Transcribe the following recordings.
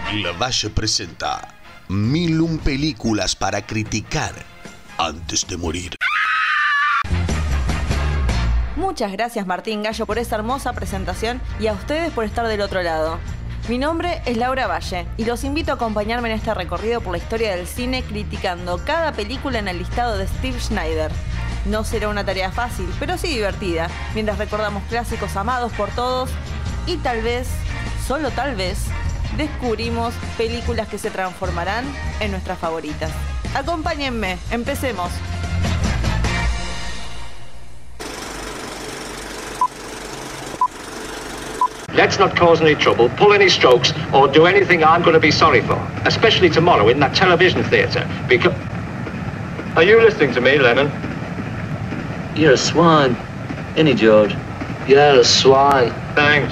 Lavalle presenta 1001 películas para criticar antes de morir. Muchas gracias Martín Gallo por esta hermosa presentación y a ustedes por estar del otro lado. Mi nombre es Laura Valle y los invito a acompañarme en este recorrido por la historia del cine criticando cada película en el listado de Steve Schneider. No será una tarea fácil, pero sí divertida, mientras recordamos clásicos amados por todos y tal vez, solo tal vez, descubrimos películas que se transformarán en nuestras favoritas. Acompáñenme, empecemos. Let's not cause any trouble, pull any strokes, or do anything I'm going to be sorry for. Especially tomorrow in that television theatre. Because... Are you listening to me, Lennon? You're a swan. Any George? You're a swan. Thanks.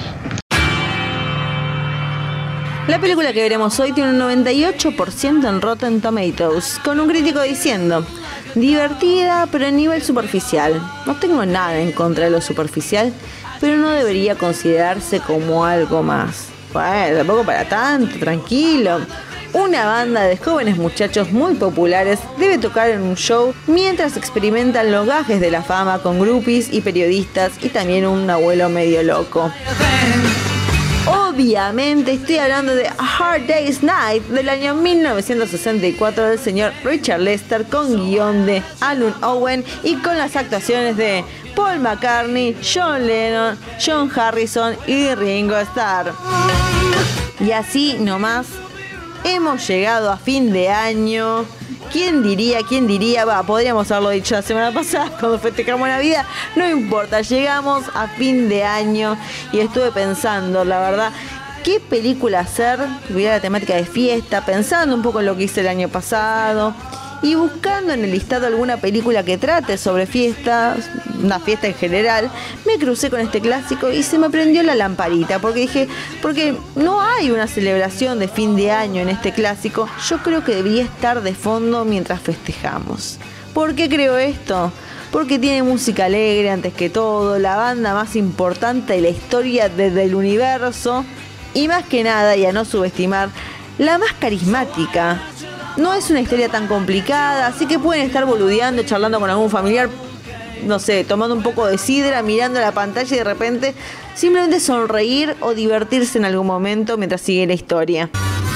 La película que veremos hoy tiene un 98% en Rotten Tomatoes, con un crítico diciendo: divertida, pero a nivel superficial. No tengo nada en contra de lo superficial, pero no debería considerarse como algo más. Bueno, tampoco para tanto, tranquilo. Una banda de jóvenes muchachos muy populares debe tocar en un show mientras experimentan los gajes de la fama con groupies y periodistas y también un abuelo medio loco. Obviamente estoy hablando de A Hard Day's Night del año 1964 del señor Richard Lester, con guión de Alun Owen y con las actuaciones de Paul McCartney, John Lennon, John Harrison y Ringo Starr. Y así nomás hemos llegado a fin de año. ¿Quién diría? Podríamos haberlo dicho la semana pasada cuando festejamos Navidad. No importa, llegamos a fin de año y estuve pensando, la verdad, qué película hacer que tuviera la temática de fiesta, pensando un poco en lo que hice el año pasado y buscando en el listado alguna película que trate sobre fiestas, una fiesta en general. Me crucé con este clásico y se me prendió la lamparita porque dije, porque no hay una celebración de fin de año en este clásico, yo creo que debería estar de fondo mientras festejamos. ¿Por qué creo esto? Porque tiene música alegre antes que todo, la banda más importante de la historia del universo y más que nada, y a no subestimar, la más carismática. No es una historia tan complicada, así que pueden estar boludeando, charlando con algún familiar, no sé, tomando un poco de sidra, mirando la pantalla y de repente simplemente sonreír o divertirse en algún momento mientras sigue la historia.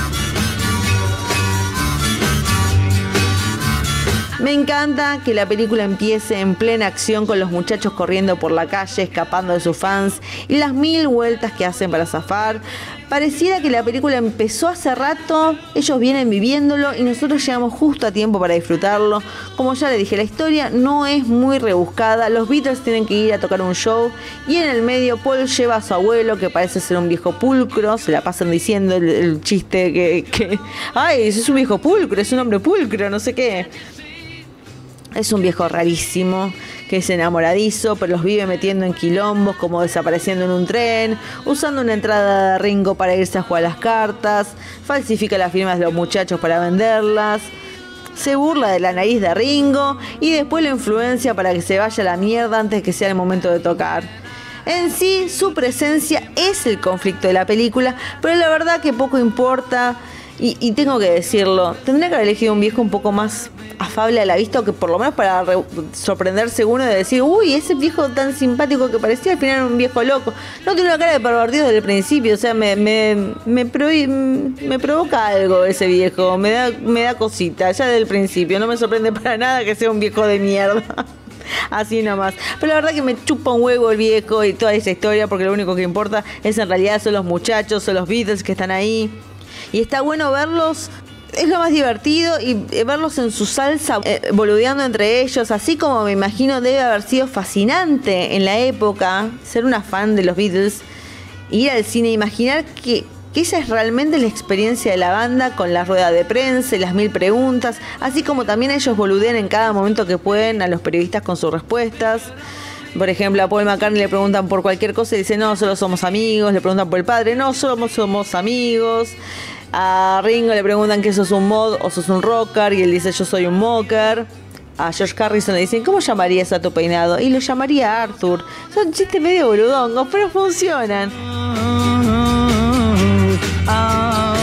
Me encanta que la película empiece en plena acción con los muchachos corriendo por la calle, escapando de sus fans y las 1000 vueltas que hacen para zafar. Pareciera que la película empezó hace rato, ellos vienen viviéndolo y nosotros llegamos justo a tiempo para disfrutarlo. Como ya les dije, la historia no es muy rebuscada, los Beatles tienen que ir a tocar un show y en el medio Paul lleva a su abuelo, que parece ser un viejo pulcro, se la pasan diciendo el chiste que ay, es un viejo pulcro, es un hombre pulcro, no sé qué. Es un viejo rarísimo, que es enamoradizo, pero los vive metiendo en quilombos, como desapareciendo en un tren, usando una entrada de Ringo para irse a jugar las cartas, falsifica las firmas de los muchachos para venderlas, se burla de la nariz de Ringo y después lo influencia para que se vaya a la mierda antes que sea el momento de tocar. En sí, su presencia es el conflicto de la película, pero la verdad que poco importa. Y tengo que decirlo, tendría que haber elegido un viejo un poco más afable a la vista, o que por lo menos para sorprenderse uno de decir, uy, ese viejo tan simpático que parecía, al final era un viejo loco. No tiene una cara de pervertido desde el principio, o sea, me provoca algo ese viejo, me da cosita, ya desde el principio, no me sorprende para nada que sea un viejo de mierda. Así nomás. Pero la verdad que me chupa un huevo el viejo y toda esa historia, porque lo único que importa es en realidad son los muchachos, son los Beatles que están ahí. Y está bueno verlos, es lo más divertido, y verlos en su salsa, boludeando entre ellos, así como me imagino debe haber sido fascinante en la época ser una fan de los Beatles, ir al cine e imaginar que esa es realmente la experiencia de la banda, con la rueda de prensa y las 1000 preguntas, así como también ellos boludean en cada momento que pueden a los periodistas con sus respuestas. Por ejemplo, a Paul McCartney le preguntan por cualquier cosa y dice, no, solo somos amigos. Le preguntan por el padre, no, solo somos amigos. A Ringo le preguntan que sos un mod o sos un rocker y él dice, yo soy un mocker. A George Harrison le dicen, ¿cómo llamarías a tu peinado? Y lo llamaría Arthur. Son chistes medio boludongos, pero funcionan.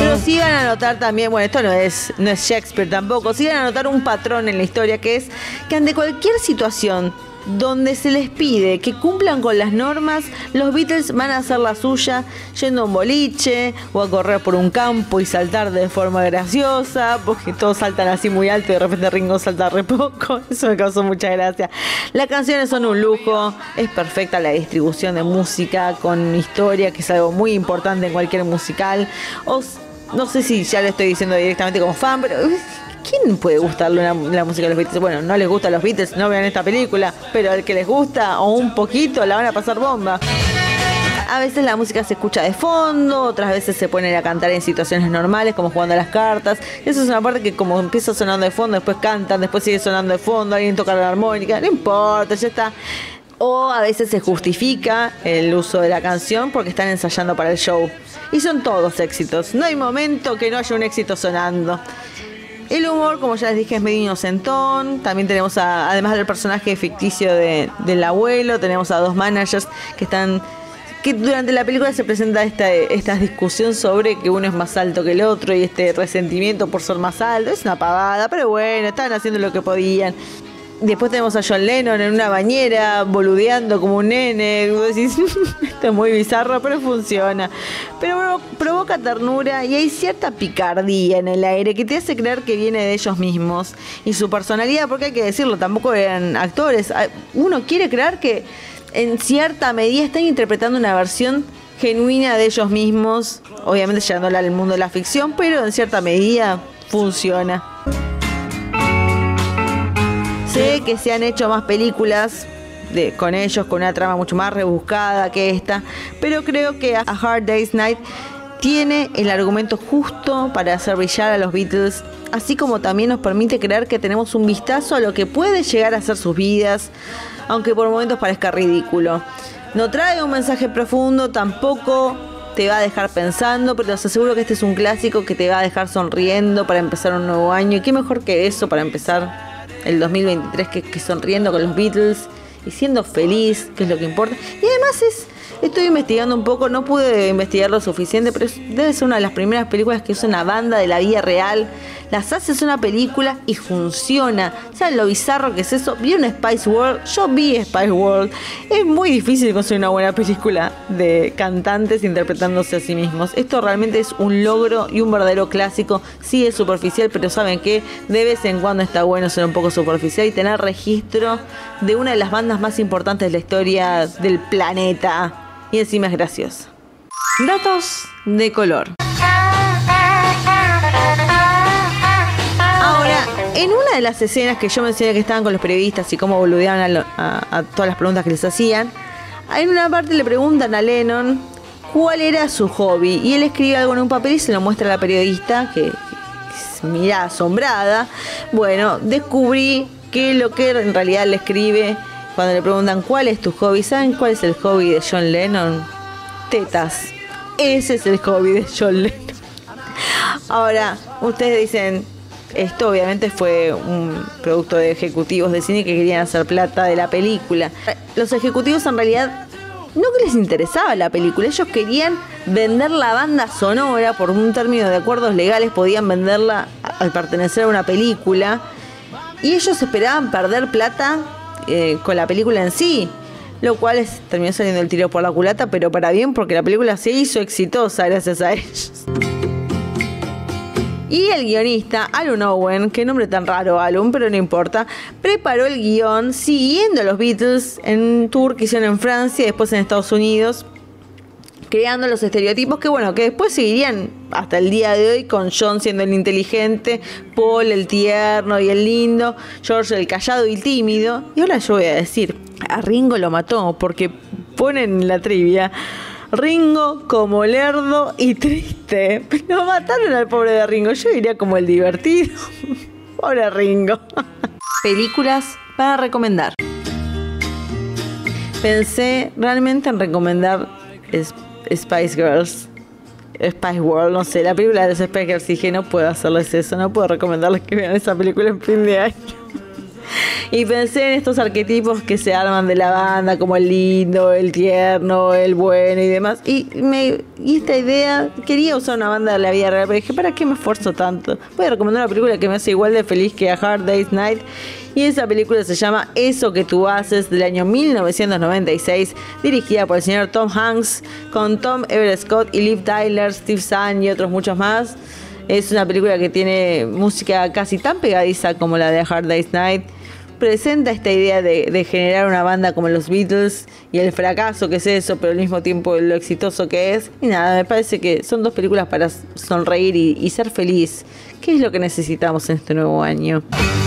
Pero sí van a notar también, bueno, esto no es Shakespeare tampoco, sí van a notar un patrón en la historia, que es que ante cualquier situación donde se les pide que cumplan con las normas, los Beatles van a hacer la suya yendo a un boliche o a correr por un campo y saltar de forma graciosa, porque todos saltan así muy alto y de repente Ringo salta re poco. Eso me causó mucha gracia. Las canciones son un lujo, es perfecta la distribución de música con historia, que es algo muy importante en cualquier musical. No sé si ya lo estoy diciendo directamente como fan, pero ¿quién puede gustarle la música de los Beatles? Bueno, no les gusta a los Beatles, no vean esta película, pero al que les gusta o un poquito la van a pasar bomba. A veces la música se escucha de fondo, otras veces se ponen a cantar en situaciones normales, como jugando a las cartas. Eso es una parte que como empieza sonando de fondo, después cantan, después sigue sonando de fondo, alguien toca la armónica, no importa, ya está. O a veces se justifica el uso de la canción porque están ensayando para el show. Y son todos éxitos, no hay momento que no haya un éxito sonando. El humor, como ya les dije, es medio inocentón. También tenemos, además del personaje ficticio del abuelo, tenemos a dos managers que durante la película se presenta esta discusión sobre que uno es más alto que el otro y este resentimiento por ser más alto. Es una pavada, pero bueno, estaban haciendo lo que podían. Después tenemos a John Lennon en una bañera, boludeando como un nene. Vos decís, esto es muy bizarro, pero funciona. Pero bueno, provoca ternura y hay cierta picardía en el aire que te hace creer que viene de ellos mismos. Y su personalidad, porque hay que decirlo, tampoco eran actores. Uno quiere creer que en cierta medida están interpretando una versión genuina de ellos mismos. Obviamente llevándola al mundo de la ficción, pero en cierta medida funciona. Sé que se han hecho más películas con ellos, con una trama mucho más rebuscada que esta, pero creo que A Hard Day's Night tiene el argumento justo para hacer brillar a los Beatles, así como también nos permite creer que tenemos un vistazo a lo que puede llegar a ser sus vidas, aunque por momentos parezca ridículo. No trae un mensaje profundo, tampoco te va a dejar pensando, pero os aseguro que este es un clásico que te va a dejar sonriendo para empezar un nuevo año. Y qué mejor que eso para empezar el 2023 que sonriendo con los Beatles y siendo feliz, que es lo que importa. Y además estoy investigando un poco, no pude investigar lo suficiente, pero debe ser una de las primeras películas que usa una banda de la vida real. Las haces una película y funciona. ¿Saben lo bizarro que es eso? Vi una Spice World, yo vi Spice World. Es muy difícil conseguir una buena película de cantantes interpretándose a sí mismos. Esto realmente es un logro y un verdadero clásico. Sí es superficial, pero ¿saben qué? De vez en cuando está bueno ser un poco superficial y tener registro de una de las bandas más importantes de la historia del planeta. Y encima es gracioso. Datos de color. Ahora, en una de las escenas que yo mencioné que estaban con los periodistas y cómo boludeaban a todas las preguntas que les hacían, en una parte le preguntan a Lennon cuál era su hobby y él escribe algo en un papel y se lo muestra a la periodista que mira asombrada. Bueno, descubrí que lo que en realidad le escribe cuando le preguntan cuál es tu hobby, ¿saben cuál es el hobby de John Lennon? Tetas. Ese es el hobby de John Lennon. Ahora, ustedes dicen, esto obviamente fue un producto de ejecutivos de cine que querían hacer plata de la película. Los ejecutivos en realidad no que les interesaba la película, ellos querían vender la banda sonora, por un término de acuerdos legales podían venderla al pertenecer a una película, y ellos esperaban perder plata con la película en sí, lo cual terminó saliendo el tiro por la culata, pero para bien, porque la película se hizo exitosa gracias a ellos. Y el guionista, Alun Owen, qué nombre tan raro Alun, pero no importa, preparó el guión siguiendo a los Beatles en un tour que hicieron en Francia y después en Estados Unidos, creando los estereotipos que bueno, que después seguirían hasta el día de hoy, con John siendo el inteligente, Paul el tierno y el lindo, George el callado y tímido. Y ahora yo voy a decir, a Ringo lo mató, porque ponen en la trivia Ringo como lerdo y triste. Lo mataron al pobre de Ringo, yo diría como el divertido. Pobre Ringo. Películas para recomendar. Pensé realmente en recomendar Spice Girls, Spice World, no sé, la película de los Spice Girls. Dije, no puedo hacerles eso, no puedo recomendarles que vean esa película en fin de año. Y pensé en estos arquetipos que se arman de la banda, como el lindo, el tierno, el bueno y demás. Y esta idea, quería usar una banda de la vida real, pero dije, ¿para qué me esfuerzo tanto? Voy a recomendar una película que me hace igual de feliz que A Hard Day's Night. Y esa película se llama Eso que tú haces, del año 1996, dirigida por el señor Tom Hanks, con Tom Everett Scott y Liv Tyler, Steve Zahn y otros muchos más. Es una película que tiene música casi tan pegadiza como la de A Hard Day's Night. Presenta esta idea de generar una banda como los Beatles y el fracaso que es eso, pero al mismo tiempo lo exitoso que es. Y nada, me parece que son dos películas para sonreír y ser feliz. ¿Qué es lo que necesitamos en este nuevo año?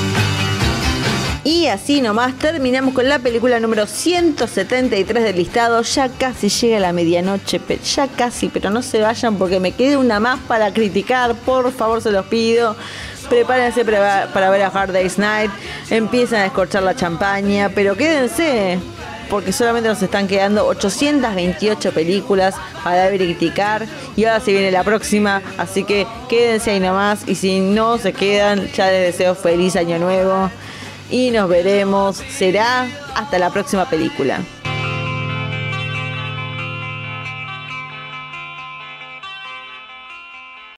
Y así nomás terminamos con la película número 173 del listado. Ya casi llega la medianoche, ya casi, pero no se vayan porque me queda una más para criticar. Por favor, se los pido. Prepárense para ver A Hard Day's Night. Empiezan a escorchar la champaña, pero quédense, porque solamente nos están quedando 828 películas para ver y criticar. Y ahora se viene la próxima, así que quédense ahí nomás. Y si no se quedan, ya les deseo feliz año nuevo. Y nos veremos, será hasta la próxima película.